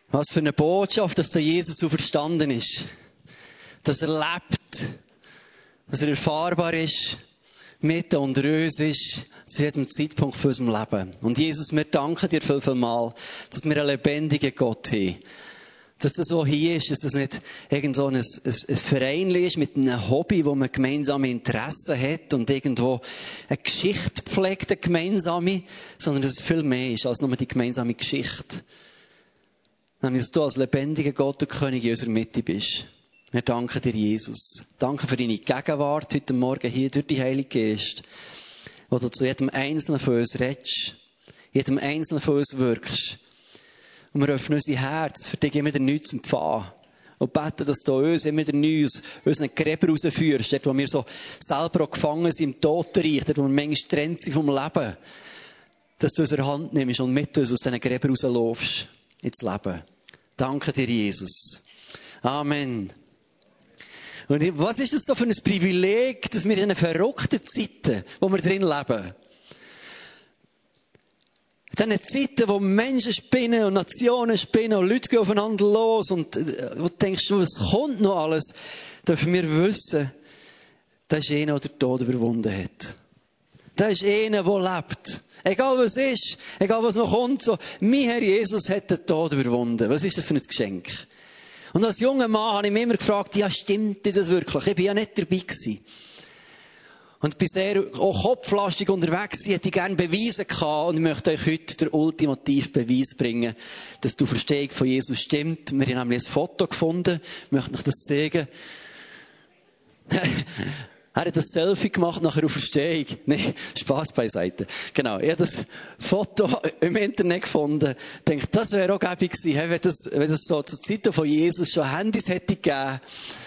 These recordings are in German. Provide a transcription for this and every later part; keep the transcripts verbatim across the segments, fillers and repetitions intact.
Was für eine Botschaft, dass der Jesus auferstanden ist. Dass er lebt. Dass er erfahrbar ist. Mitten unter uns ist. Zu jedem Zeitpunkt für unserem Leben. Und Jesus, wir danken dir viel, viel mal, dass wir einen lebendigen Gott haben. Dass das so hier ist, dass das nicht irgend so ein, ein, ein Verein ist mit einem Hobby, wo man gemeinsame Interessen hat und irgendwo eine Geschichte pflegt, eine gemeinsame, sondern dass es viel mehr ist als nur die gemeinsame Geschichte. Nämlich, dass du als lebendiger Gott und König in unserer Mitte bist. Wir danken dir, Jesus. Danke für deine Gegenwart heute Morgen hier durch die Heilige Geist, wo du zu jedem Einzelnen von uns redest, jedem Einzelnen von uns wirkst. Und wir öffnen unser Herz, für dich immer wieder neu zu empfangen. Und beten, dass du uns immer wieder neu aus unseren Gräbern rausführst, dort wo wir so selber auch gefangen sind im Totenreich, dort wo wir manchmal getrennt sind vom Leben. Dass du unsere Hand nimmst und mit uns aus diesen Gräbern rauslaufst ins Leben. Danke dir, Jesus. Amen. Und was ist das so für ein Privileg, dass wir in diesen verrückten Zeiten, wo wir drin leben, in diesen Zeiten, wo Menschen spinnen und Nationen spinnen und Leute gehen aufeinander los und wo du denkst, was kommt noch alles, dürfen wir wissen, da ist einer, der den Tod überwunden hat. Da ist einer, der lebt. Egal was ist, egal was noch kommt, so, mein Herr Jesus hat den Tod überwunden. Was ist das für ein Geschenk? Und als junger Mann habe ich mich immer gefragt, ja, stimmt das wirklich? Ich bin ja nicht dabei gewesen. Und bin sehr auch kopflastig unterwegs, hätte ich gerne Beweise gehabt und ich möchte euch heute den ultimativen Beweis bringen, dass die Auferstehung von Jesus stimmt. Wir haben nämlich ein Foto gefunden, ich möchte euch das zeigen. Er hat ein Selfie gemacht nach der Auferstehung. Nein, Spass beiseite. Genau, ich habe das Foto im Internet gefunden. Ich denke, das wäre auch gäbig gewesen, wenn das, wenn das so zur Zeit von Jesus schon Handys hätte gegeben.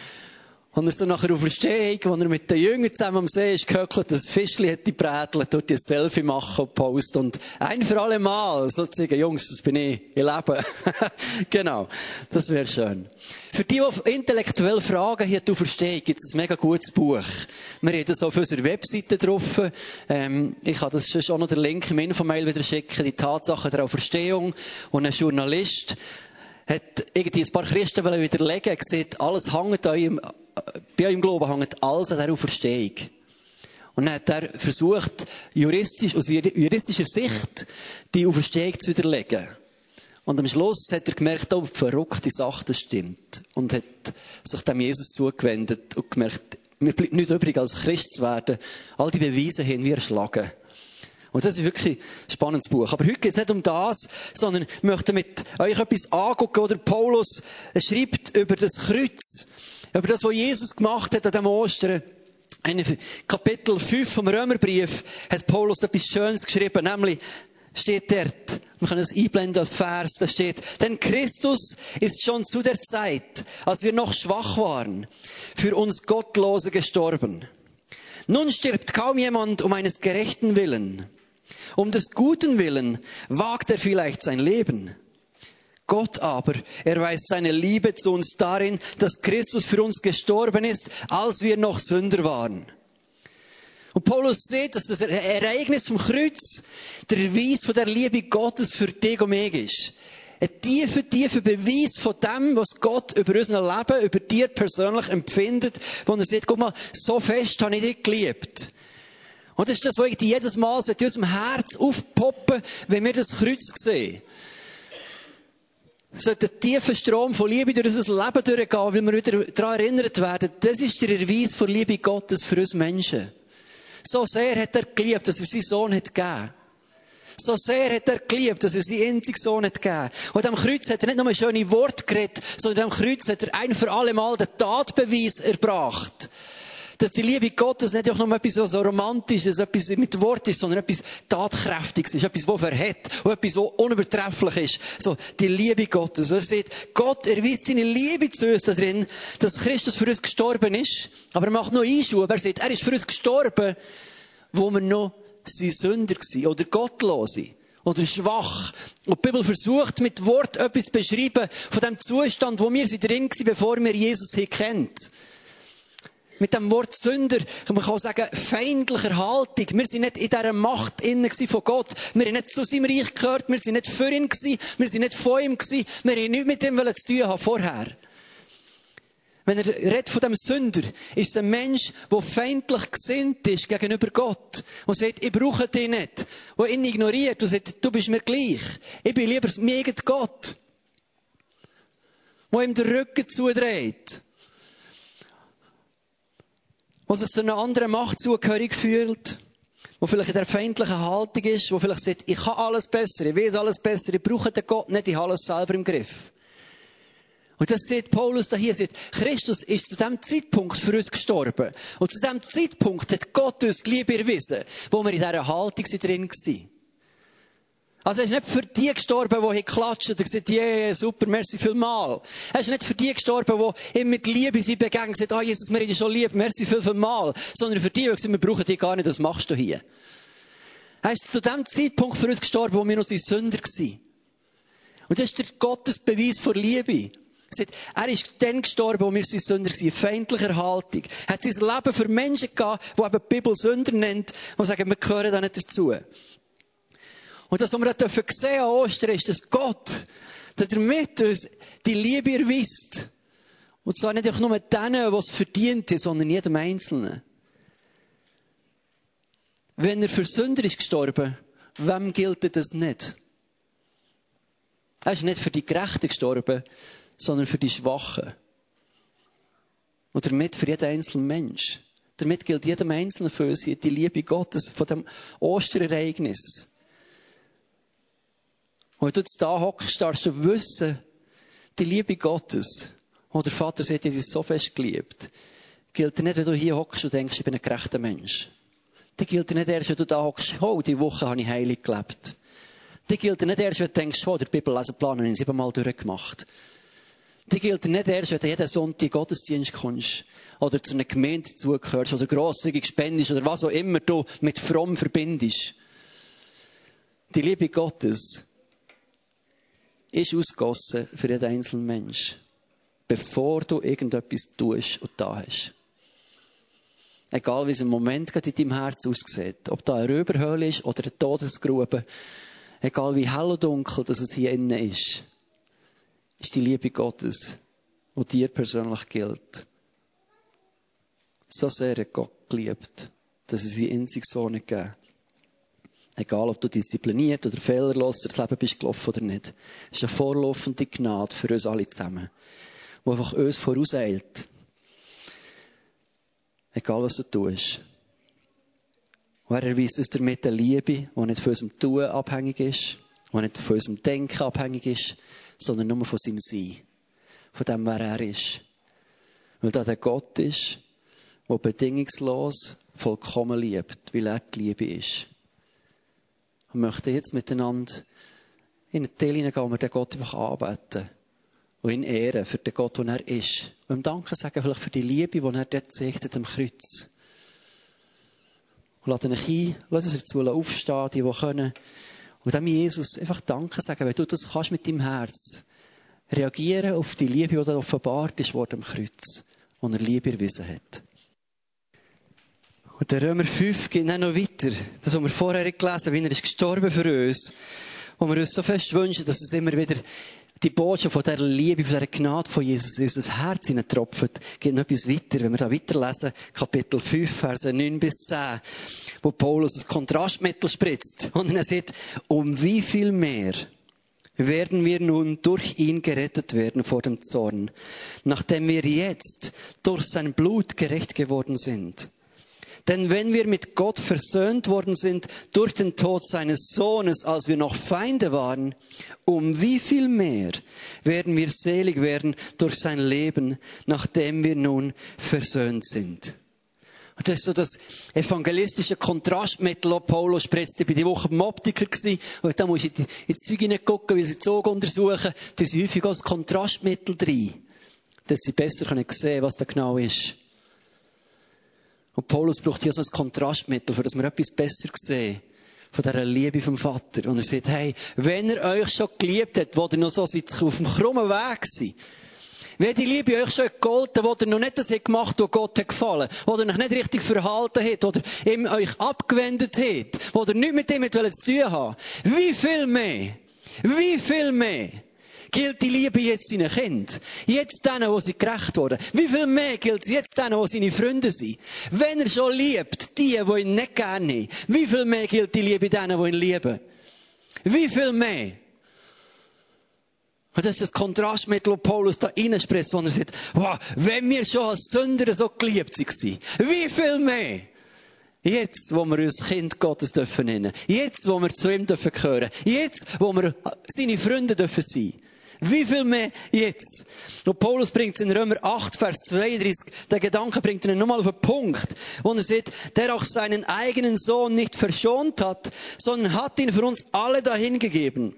Und er so nach der Auferstehung, wo er mit den Jüngern zusammen am See ist gehöckelt, das Fischli hätte brätelt, dort ein Selfie machen und posten. Und ein für alle Mal sozusagen, Jungs, das bin ich, ich lebe. Genau, das wäre schön. Für die, die intellektuell fragen, hier die Auferstehung, gibt es ein mega gutes Buch. Wir haben das auf unserer Webseite drauf. Ähm, ich kann das schon noch den Link im Infomail wieder schicken, die Tatsache der Auferstehung. Und ein Journalist hat irgendwie ein paar Christen widerlegen, er gesagt, alles hängt an ihm, bei eurem Glauben hängt alles an der Auferstehung. Und dann hat er versucht, juristisch, aus juristischer Sicht, die Auferstehung zu widerlegen. Und am Schluss hat er gemerkt, oh, verrückte Sache, das stimmt. Und hat sich dem Jesus zugewendet und gemerkt, mir bleibt nichts übrig, als Christ zu werden. All die Beweise haben wir erschlagen. Und das ist wirklich ein spannendes Buch. Aber heute geht es nicht um das, sondern ich möchte mit euch etwas angucken, oder Paulus schreibt über das Kreuz, über das, was Jesus gemacht hat an dem Ostern. In Kapitel fünf vom Römerbrief hat Paulus etwas Schönes geschrieben, nämlich steht dort, wir können es einblenden als Vers, da steht, denn Christus ist schon zu der Zeit, als wir noch schwach waren, für uns Gottlose gestorben. Nun stirbt kaum jemand um eines gerechten Willen. Um des guten Willen wagt er vielleicht sein Leben. Gott aber erweist seine Liebe zu uns darin, dass Christus für uns gestorben ist, als wir noch Sünder waren. Und Paulus sieht, dass das Ereignis vom Kreuz der Beweis von der Liebe Gottes für dich und mich ist. Ein tiefer, tiefer Beweis von dem, was Gott über unser Leben, über dir persönlich empfindet, wo er sagt, guck mal, so fest habe ich dich geliebt. Und das ist das, was ich jedes Mal in unserem Herz aufpoppen, wenn wir das Kreuz sehen. Es sollte ein tiefer Strom von Liebe durch unser Leben durchgehen, weil wir wieder daran erinnert werden, das ist der Erweis von Liebe Gottes für uns Menschen. So sehr hat er geliebt, dass er seinen Sohn hat gegeben. So sehr hat er geliebt, dass er seinen einzigen Sohn hat gegeben. Und am Kreuz hat er nicht nur ein schönes Wort geredet, sondern am Kreuz hat er ein für alle Mal den Tatbeweis erbracht. Dass die Liebe Gottes nicht auch nur etwas so Romantisches, etwas mit Wort ist, sondern etwas Tatkräftiges ist, etwas, das verhält und etwas, das unübertrefflich ist. So, die Liebe Gottes. Und er sagt, Gott erweist seine Liebe zu uns darin, dass Christus für uns gestorben ist. Aber er macht noch Einschub. Er sagt, er ist für uns gestorben, wo wir noch Sünder waren oder Gottlose oder schwach. Und die Bibel versucht mit Wort etwas zu beschreiben von dem Zustand, wo wir drin waren, bevor wir Jesus kennt. mit dem Wort Sünder, kann man auch sagen, feindlicher Haltung. Wir sind nicht in dieser Macht innen von Gott. Wir haben nicht zu seinem Reich gehört. Wir sind nicht für ihn gewesen. Wir sind nicht von ihm gewesen. Wir haben nichts mit ihm zu tun haben vorher. Wenn er redet von dem Sünder, ist es ein Mensch, der feindlich gesinnt ist gegenüber Gott. Und sagt, ich brauche dich nicht. Der ihn ignoriert und sagt, du bist mir gleich. Ich bin lieber mir gegen Gott. Der ihm den Rücken zudreht. Der sich zu einer anderen Macht zugehörig fühlt. Der vielleicht in der feindlichen Haltung ist. Der vielleicht sagt, ich kann alles besser, ich weiß alles besser, ich brauche den Gott nicht, ich habe alles selber im Griff. Und das sieht Paulus da hier, sagt, Christus ist zu diesem Zeitpunkt für uns gestorben. Und zu diesem Zeitpunkt hat Gott uns die Liebe erwiesen, wo wir in dieser Haltung drin waren. Also er ist nicht für die gestorben, die klatschen und gesagt, yeah, super, merci vielmal. Er ist nicht für die gestorben, die ihm mit Liebe sie begegnen und sagen, ah, Jesus, wir haben dich schon lieb, merci viel, vielmal. Sondern für die, die sagen, wir brauchen dich gar nicht, was machst du hier? Er ist zu dem Zeitpunkt für uns gestorben, wo wir noch Sünder waren. Und das ist der Gottesbeweis für Liebe. Er ist dann gestorben, wo wir Sünder waren, feindlicher Haltung. Er hat sein Leben für Menschen gehabt, die eben die Bibel Sünder nennt, die sagen, wir gehören da nicht dazu. Und das, was wir dürfen sehen an Ostern, ist, dass Gott damit uns die Liebe erweist. Und zwar nicht nur denen, die es verdient haben, sondern jedem Einzelnen. Wenn er für Sünder ist gestorben, wem gilt das nicht? Er ist nicht für die Gerechten gestorben, sondern für die Schwachen. Und damit für jeden einzelnen Mensch. Damit gilt jedem Einzelnen für uns die Liebe Gottes von dem Osterereignis. Und wenn du jetzt da hockst, darfst du wissen, die Liebe Gottes, wo der Vater sagt, er ist so fest geliebt, gilt nicht, wenn du hier hockst und denkst, ich bin ein gerechter Mensch. Die gilt nicht erst, wenn du da hockst, oh, die Woche habe ich heilig gelebt. Die gilt nicht erst, wenn du denkst, oh, der Bibellesenplan habe ich siebenmal durchgemacht. Die gilt nicht erst, wenn du jeden Sonntag in den Gottesdienst kommst, oder zu einer Gemeinde dazugehörst, oder grosszügig spendest, oder was auch immer du mit fromm verbindest. Die Liebe Gottes ist ausgegossen für jeden einzelnen Mensch, bevor du irgendetwas tust und da hast. Egal wie es im Moment gerade in deinem Herz aussieht, ob da eine Räuberhöhle ist oder eine Todesgrube, egal wie hell und dunkel dass es hier innen ist, ist die Liebe Gottes, die dir persönlich gilt. So sehr hat Gott geliebt, dass es seinen einzigen Sohn gegeben hat. Egal, ob du diszipliniert oder fehlerlos durchs Leben bist gelaufen oder nicht. Es ist eine vorlaufende Gnade für uns alle zusammen, die einfach uns vorauseilt. Egal, was du tust. Und er erweist uns damit eine Liebe, die nicht von unserem Tun abhängig ist, die nicht von unserem Denken abhängig ist, sondern nur von seinem Sein. Von dem, wer er ist. Weil da der Gott ist, der bedingungslos vollkommen liebt, weil er die Liebe ist. Wir möchten jetzt miteinander in einen Teil hineingehen, wo wir den Gott einfach anbeten. Und ihn ehren für den Gott, der er ist. Und ihm Danke sagen vielleicht für die Liebe, die er dort zeigt hat am Kreuz. Und lassen euch ein, lassen uns dazu aufstehen, die, die können. Und dem Jesus einfach Danke sagen, weil du das kannst mit deinem Herz. Reagieren auf die Liebe, die da offenbart ist worden am Kreuz. Wo er Liebe erwiesen hat. Und der Römer fünf geht dann noch weiter. Das, was wir vorher gelesen haben, wie er ist gestorben für uns. Wo wir uns so fest wünschen, dass es immer wieder die Botschaft von dieser Liebe, von dieser Gnade von Jesus in unser Herz hineintropft. Geht noch etwas weiter. Wenn wir da weiterlesen, Kapitel fünf, Verse neun bis zehn, wo Paulus das Kontrastmittel spritzt. Und er sagt, um wie viel mehr werden wir nun durch ihn gerettet werden vor dem Zorn, nachdem wir jetzt durch sein Blut gerecht geworden sind. Denn wenn wir mit Gott versöhnt worden sind durch den Tod seines Sohnes, als wir noch Feinde waren, um wie viel mehr werden wir selig werden durch sein Leben, nachdem wir nun versöhnt sind. Und das ist so das evangelistische Kontrastmittel, das Paulus spritzt. Ich war die Woche beim Optiker und da muss ich ins Zeug hineingucken, weil sie den Zug untersuchen. Da sind häufig auch das Kontrastmittel drin, dass sie besser sehen können, was da genau ist. Und Paulus braucht hier so ein Kontrastmittel, für das wir etwas besser sehen von dieser Liebe vom Vater. Und er sagt, hey, wenn er euch schon geliebt hat, wo ihr noch so seid, auf dem krummen Weg seid, Wie hat die Liebe euch schon gegolten, wo ihr noch nicht das gemacht habt, was Gott hat gefallen, wo ihr euch nicht richtig verhalten habt, oder ihm euch abgewendet habt, wo ihr nichts mit ihm zu tun habt? Wie viel mehr? Wie viel mehr gilt die Liebe jetzt seinen Kindern? Jetzt denen, wo sie gerecht wurden. Wie viel mehr gilt es jetzt denen, wo seine Freunde sind? Wenn er schon liebt, die, die ihn nicht gerne haben, wie viel mehr gilt die Liebe denen, die ihn lieben? Wie viel mehr? Und das ist das Kontrastmittel, das Paulus da reinspritzt, wo er sagt, wow, wenn wir schon als Sünder so geliebt waren, wie viel mehr? Jetzt, wo wir uns Kind Gottes dürfen nennen. Jetzt, wo wir zu ihm dürfen gehören. Jetzt, wo wir seine Freunde dürfen sein. Wie viel mehr jetzt? Und Paulus bringt es in Römer acht, Vers zweiunddreißig, der Gedanke bringt ihn nochmal auf den Punkt, wo er sagt, der auch seinen eigenen Sohn nicht verschont hat, sondern hat ihn für uns alle dahingegeben.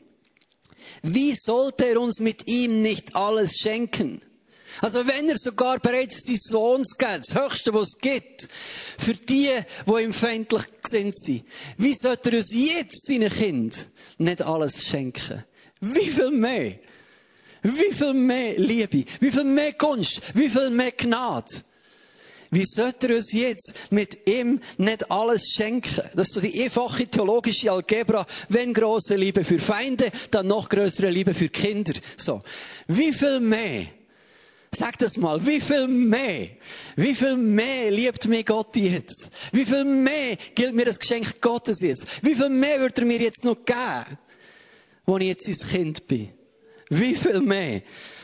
Wie sollte er uns mit ihm nicht alles schenken? Also wenn er sogar bereit ist, seinen Sohn zu geben, das Höchste, was es gibt, für die, die ihm feindlich gesinnt sind, wie sollte er uns jetzt, seinen Kind, nicht alles schenken? Wie viel mehr? Wie viel mehr Liebe? Wie viel mehr Gunst? Wie viel mehr Gnade? Wie sollte er uns jetzt mit ihm nicht alles schenken? Das ist so die einfache theologische Algebra. Wenn große Liebe für Feinde, dann noch größere Liebe für Kinder. So. Wie viel mehr? Sag das mal. Wie viel mehr? Wie viel mehr liebt mir Gott jetzt? Wie viel mehr gilt mir das Geschenk Gottes jetzt? Wie viel mehr wird er mir jetzt noch geben, wo ich jetzt sein Kind bin? Wie viel mehr?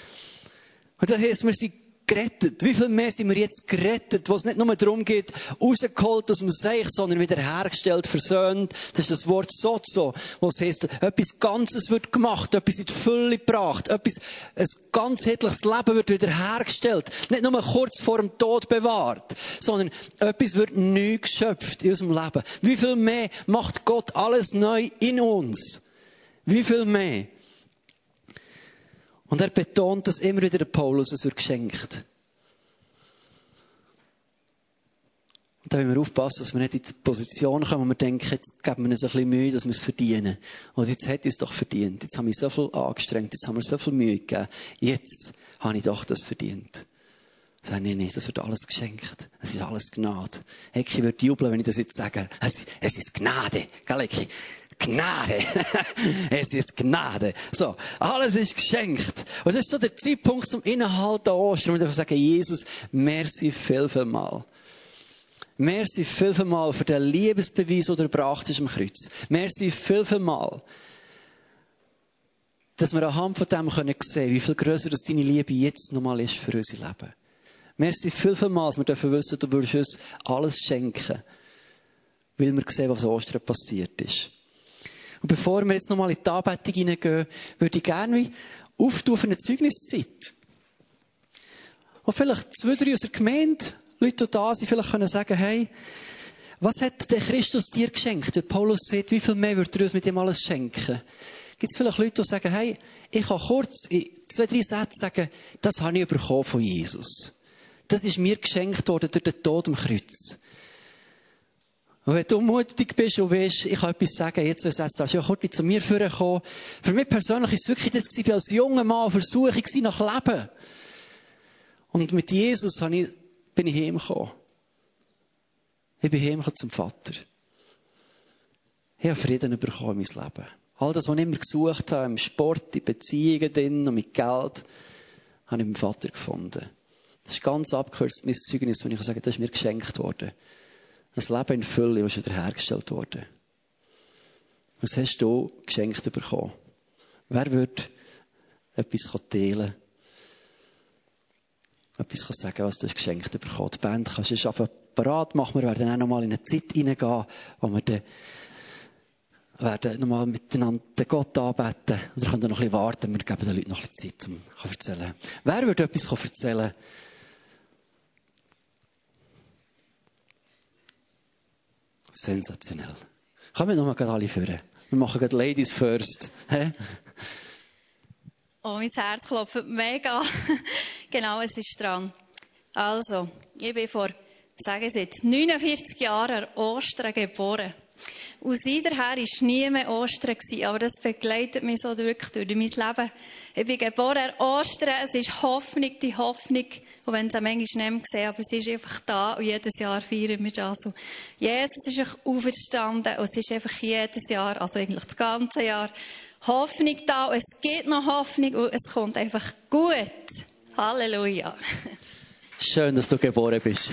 Und das heisst, wir sind gerettet. Wie viel mehr sind wir jetzt gerettet, wo es nicht nur darum geht, rausgeholt aus dem Seich, sondern wiederhergestellt, versöhnt. Das ist das Wort Sozo, wo es heisst, etwas Ganzes wird gemacht, etwas in die Fülle gebracht, etwas, ein ganzheitliches Leben wird wiederhergestellt. Nicht nur kurz vor dem Tod bewahrt, sondern etwas wird neu geschöpft in unserem Leben. Wie viel mehr macht Gott alles neu in uns? Wie viel mehr? Und er betont das immer wieder, der Paulus, es wird geschenkt. Und da müssen wir aufpassen, dass wir nicht in die Position kommen, wo wir denken, jetzt geben wir uns ein bisschen Mühe, dass wir es verdienen. Und jetzt hätte ich es doch verdient. Jetzt haben wir so viel angestrengt, jetzt haben wir so viel Mühe gegeben. Jetzt habe ich doch das verdient. Sag ich nicht, das wird alles geschenkt. Es ist alles Gnade. Ecki würde jubeln, wenn ich das jetzt sage. Es, es ist Gnade. Gell, Ecki? Gnade. Es ist Gnade. So. Alles ist geschenkt. Und das ist so der Zeitpunkt zum Inhalt der Ostern. Und wir dürfen sagen, Jesus, merci viel, viel mal. Merci viel, viel mal für den Liebesbeweis, den du erbracht hast am Kreuz. Merci viel, viel mal. Dass wir anhand von dem sehen können, wie viel grösser das deine Liebe jetzt nochmal ist für unser Leben. Merci viel, viel mal, dass wir dürfen wissen, du würdest uns alles schenken. Weil wir sehen, was Ostern passiert ist. Und bevor wir jetzt nochmal in die Anbetung hineingehen, würde ich gerne auftun für eine Zeugniszeit. Und vielleicht zwei, drei aus der Gemeinde, Leute, die da sind, vielleicht können sagen, hey, was hat der Christus dir geschenkt? Der Paulus sagt, wie viel mehr wird er uns mit ihm alles schenken? Gibt es vielleicht Leute, die sagen, hey, ich kann kurz in zwei, drei Sätzen sagen, das habe ich bekommen von Jesus. Das ist mir geschenkt worden durch den Tod am Kreuz. Und wenn du mutig bist und weißt, ich kann etwas sagen, jetzt sagst du, ja, kurz zu mir vorgekommen. Für mich persönlich war es wirklich das, ich war als junger Mann auf Versuchung nach Leben. Und mit Jesus bin ich heimgekommen. Ich bin heimgekommen zum Vater. Ich habe Frieden bekommen in mein Leben. All das, was ich immer gesucht habe, im Sport, in Beziehungen drin und mit Geld, habe ich beim Vater gefunden. Das ist ganz abgekürzt mein Zeugnis, wenn ich sage, das ist mir geschenkt worden. Ein Leben in Fülle, das ist wiederhergestellt worden. Was hast du geschenkt bekommen? Wer würde etwas teilen? Etwas sagen, was du hast geschenkt bekommen? Die Band kannst du jetzt einfach parat machen. Wir werden dann auch nochmal in eine Zeit hineingehen, wo wir dann werden nochmal miteinander Gott anbeten. Und dann können wir noch ein bisschen warten. Wir geben den Leuten noch ein bisschen Zeit, um zu erzählen. Wer würde etwas erzählen? Sensationell. Kommen wir nochmal gerade alle führen. Wir machen gerade Ladies first. He? Oh, mein Herz klopft mega. Genau, es ist dran. Also, ich bin vor, sagen Sie jetzt, neunundvierzig Jahren an Ostern geboren. Und seither war nie mehr Ostern gewesen, aber das begleitet mich so wirklich durch mein Leben. Ich bin geboren an Ostern, es ist Hoffnung, die Hoffnung, und wenn es am manchmal nicht mehr sehe, aber sie ist einfach da und jedes Jahr feiern wir das. Und Jesus ist einfach auferstanden und es ist einfach jedes Jahr, also eigentlich das ganze Jahr, Hoffnung da und es gibt noch Hoffnung und es kommt einfach gut. Halleluja. Schön, dass du geboren bist.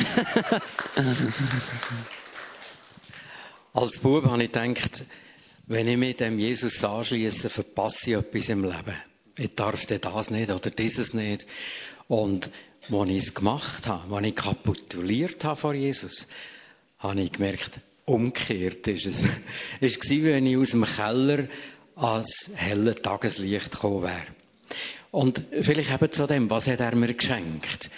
Als Bub habe ich gedacht, wenn ich mit dem Jesus anschliesse, verpasse ich etwas im Leben. Ich darf das nicht oder dieses nicht. Und als ich es gemacht habe, als ich kapituliert habe vor Jesus, habe ich gemerkt, umgekehrt ist es. Es war, wie wenn ich aus dem Keller ans helle Tageslicht gekommen wäre. Und vielleicht eben zu dem, was hat er mir geschenkt?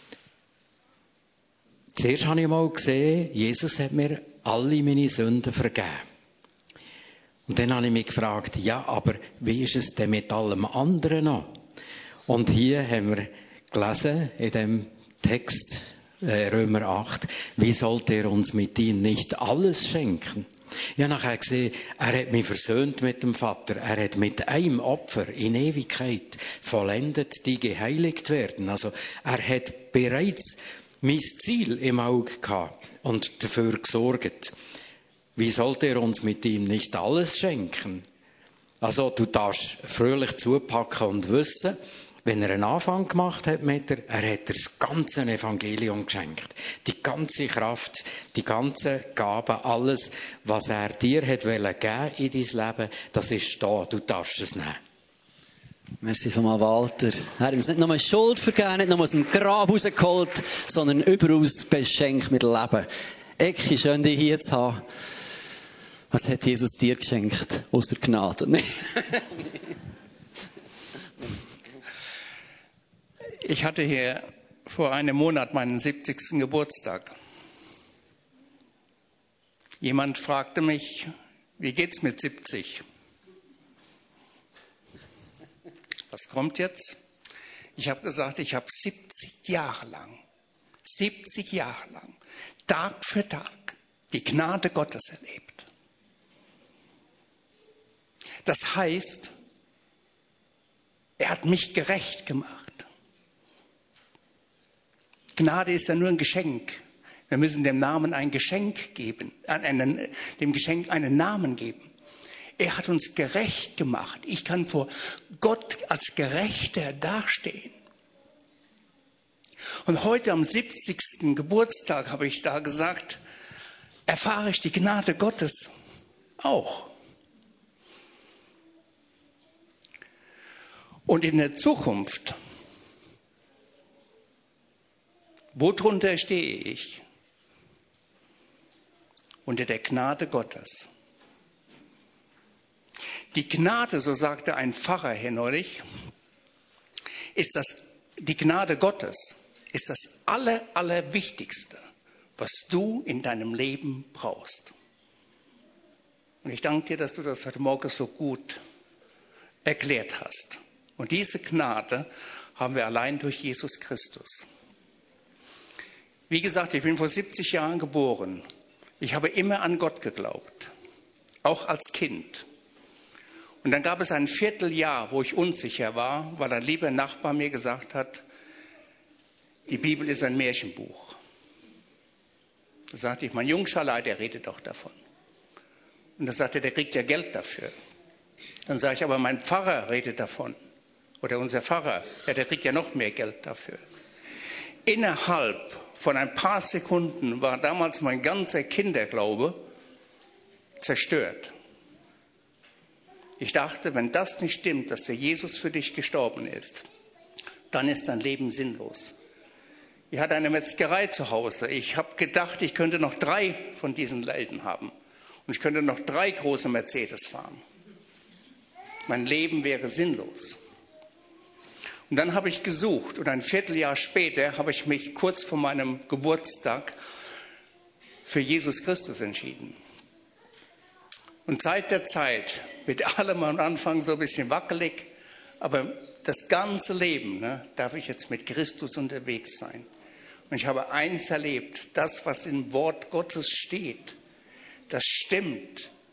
Zuerst habe ich mal gesehen, Jesus hat mir alle meine Sünden vergeben. Und dann habe ich mich gefragt, ja, aber wie ist es denn mit allem anderen noch? Und hier haben wir gelesen, in dem Text, äh, Römer acht, wie sollte er uns mit ihm nicht alles schenken? Ich habe nachher gesehen, er hat mich versöhnt mit dem Vater. Er hat mit einem Opfer in Ewigkeit vollendet, die geheiligt werden. Also er hat bereits mein Ziel im Auge gehabt und dafür gesorgt. Wie sollte er uns mit ihm nicht alles schenken? Also du darfst fröhlich zupacken und wissen, wenn er einen Anfang gemacht hat mit dir, er hat dir das ganze Evangelium geschenkt. Die ganze Kraft, die ganze Gabe, alles, was er dir hat geben in dein Leben, das ist da. Du darfst es nehmen. Merci vielmals, Walter. Er hat uns nicht nur Schuld vergeben, nicht nur aus dem Grab rausgeholt, sondern überaus beschenkt mit Leben. Ecki, schön, dich hier zu haben. Was hat Jesus dir geschenkt? Außer Gnade. Ich hatte hier vor einem Monat meinen siebzigsten Geburtstag. Jemand fragte mich, wie geht's mit siebzig? Was kommt jetzt? Ich habe gesagt, ich habe siebzig Jahre lang, siebzig Jahre lang, Tag für Tag, die Gnade Gottes erlebt. Das heißt, er hat mich gerecht gemacht. Gnade ist ja nur ein Geschenk. Wir müssen dem Namen ein Geschenk geben, einen, dem Geschenk einen Namen geben. Er hat uns gerecht gemacht. Ich kann vor Gott als Gerechter dastehen. Und heute am siebzigsten Geburtstag habe ich da gesagt, erfahre ich die Gnade Gottes auch. Und in der Zukunft, worunter stehe ich? Unter der Gnade Gottes. Die Gnade, so sagte ein Pfarrer hier neulich, ist das, die Gnade Gottes ist das aller, allerwichtigste, was du in deinem Leben brauchst. Und ich danke dir, dass du das heute Morgen so gut erklärt hast. Und diese Gnade haben wir allein durch Jesus Christus. Wie gesagt, ich bin vor siebzig Jahren geboren. Ich habe immer an Gott geglaubt, auch als Kind. Und dann gab es ein Vierteljahr, wo ich unsicher war, weil ein lieber Nachbar mir gesagt hat, die Bibel ist ein Märchenbuch. Da sagte ich, mein Jungschalei, der redet doch davon. Und dann sagte er, der kriegt ja Geld dafür. Dann sage ich, aber mein Pfarrer redet davon. Oder unser Pfarrer, ja, der kriegt ja noch mehr Geld dafür. Innerhalb von ein paar Sekunden war damals mein ganzer Kinderglaube zerstört. Ich dachte, wenn das nicht stimmt, dass der Jesus für dich gestorben ist, dann ist dein Leben sinnlos. Ich hatte eine Metzgerei zu Hause. Ich habe gedacht, ich könnte noch drei von diesen Läden haben. Und ich könnte noch drei große Mercedes fahren. Mein Leben wäre sinnlos. Und dann habe ich gesucht und ein Vierteljahr später habe ich mich kurz vor meinem Geburtstag für Jesus Christus entschieden. Und seit der Zeit, mit allem am Anfang so ein bisschen wackelig, aber das ganze Leben, ne, darf ich jetzt mit Christus unterwegs sein. Und ich habe eins erlebt, das, was im Wort Gottes steht, das stimmt.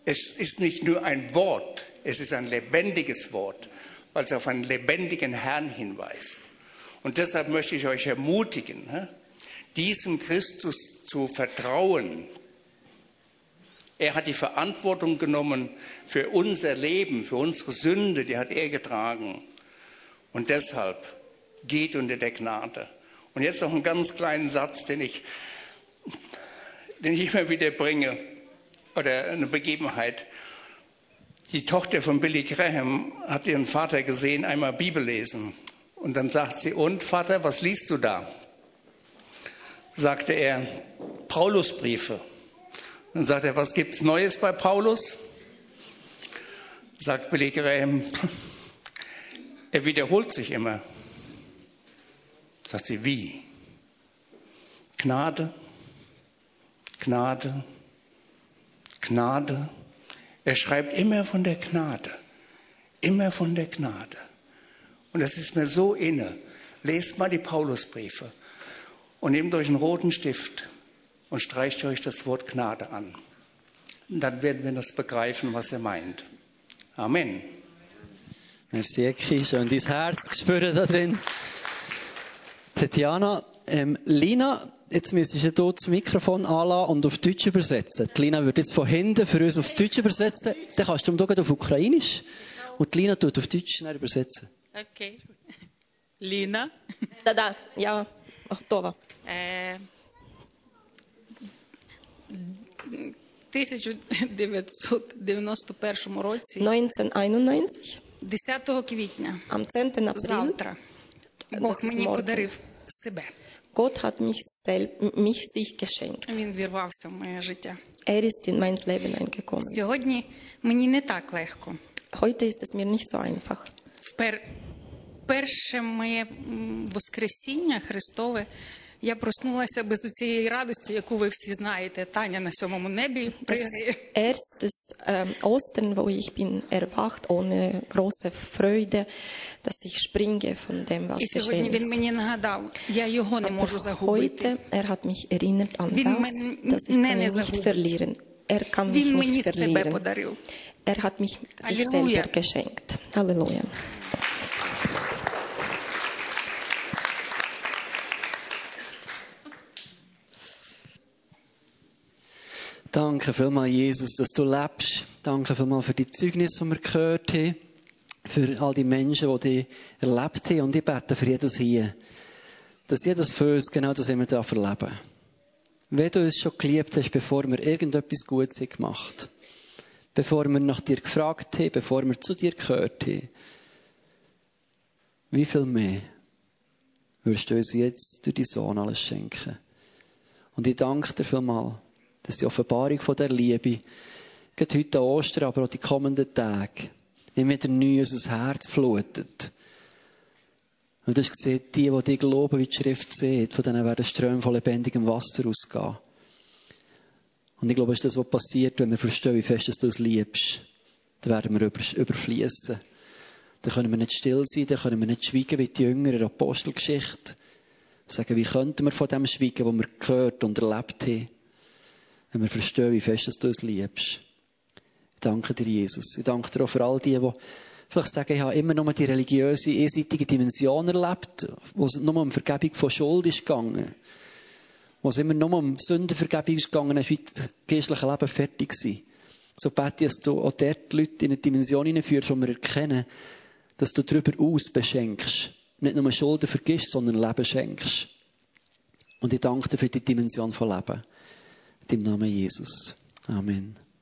Es ist nicht nur ein Wort, es ist ein lebendiges Wort, weil es auf einen lebendigen Herrn hinweist. Und deshalb möchte ich euch ermutigen, diesem Christus zu vertrauen. Er hat die Verantwortung genommen für unser Leben, für unsere Sünde, die hat er getragen. Und deshalb geht unter der Gnade. Und jetzt noch einen ganz kleinen Satz, den ich, den ich immer wieder bringe, oder eine Begebenheit. Die Tochter von Billy Graham hat ihren Vater gesehen, einmal Bibel lesen. Und dann sagt sie, und Vater, was liest du da? Sagte er, Paulusbriefe. Dann sagt er, was gibt's Neues bei Paulus? Sagt Billy Graham, er wiederholt sich immer. Sagt sie, wie? Gnade, Gnade, Gnade. Er schreibt immer von der Gnade. Immer von der Gnade. Und das ist mir so inne. Lest mal die Paulusbriefe und nehmt euch einen roten Stift und streicht euch das Wort Gnade an. Und dann werden wir das begreifen, was er meint. Amen. Merci, Eki. Schön dein Herz spüren da drin. Tatjana, ähm, Lina, jetzt müsstest du hier das Mikrofon anlassen und auf Deutsch übersetzen. Die Lina wird jetzt von hinten für uns auf Deutsch übersetzen. Dann kannst du hier auf Ukrainisch und die Lina tut auf Deutsch schnell übersetzen. Okay. Ліна. Да-да, я готова. Е, тисяча дев'ятсот дев'яносто першому році, neunzehnhunderteinundneunzig, десятого квітня, am zehnten April, завтра, Бог das ist мені morgen. подарив себе. Gott hat mich, selb, mich sich geschenkt. Він вірвався в моє життя. Er ist in mein Leben eingekommen. Сьогодні мені не так легко. Heute ist es mir nicht so einfach. Впер... Перше моє м, воскресіння Христове, я проснулася без цієї радості, яку ви всі знаєте. Таня на сьомому небі Das пригає. erstes ähm, Ostern, wo ich bin erwacht, ohne große Freude, dass ich springe von dem, was І сьогодні geschehen він ist. мені нагадав, я його не можу Aber загубити. heute, er hat mich erinnert an Він das, мене dass ich не kann ihn nicht загубить. verlieren. Er kann mich Він мені nicht себе verlieren. подарив. Er hat mich sich Halleluja. selber geschenkt. Halleluja. Danke vielmals, Jesus, dass du lebst. Danke vielmals für die Zeugnisse, die wir gehört haben. Für all die Menschen, die dich erlebt haben. Und ich bete für jedes hier, dass jedes von uns genau das immer erleben darf. Wenn du uns schon geliebt hast, bevor wir irgendetwas Gutes gemacht haben, bevor wir nach dir gefragt haben, bevor wir zu dir gehört haben, wie viel mehr würdest du uns jetzt durch deinen Sohn alles schenken? Und ich danke dir vielmals, dass die Offenbarung von der Liebe, gerade heute an Ostern, aber auch die kommenden Tage, immer wieder neu unser Herz flutet. Und du hast gesehen, die, die dich glauben, wie die Schrift sieht, von denen werden Ströme von lebendigem Wasser ausgehen. Und ich glaube, das ist das, was passiert, wenn wir verstehen, wie fest du es liebst. Dann werden wir überfließen. Dann können wir nicht still sein, dann können wir nicht schweigen wie die Jünger in der Apostelgeschichte. Sagen, wie könnten wir von dem schweigen, was wir gehört und erlebt haben, wenn wir verstehen, wie fest du es liebst. Ich danke dir, Jesus. Ich danke dir auch für all die, die vielleicht sagen, ich habe immer nur die religiöse, einseitige Dimension erlebt, wo es nur um Vergebung von Schuld ist gegangen. Wo es immer nur um Sündenvergebung ist gegangen, ist wie das geistliche Leben fertig war. So bete ich, dass du auch dort die Leute in eine Dimension hineinführst, wo wir erkennen, dass du darüber aus beschenkst. Nicht nur Schulden vergisst, sondern Leben schenkst. Und ich danke dir für die Dimension von Leben. In deinem Namen Jesus. Amen.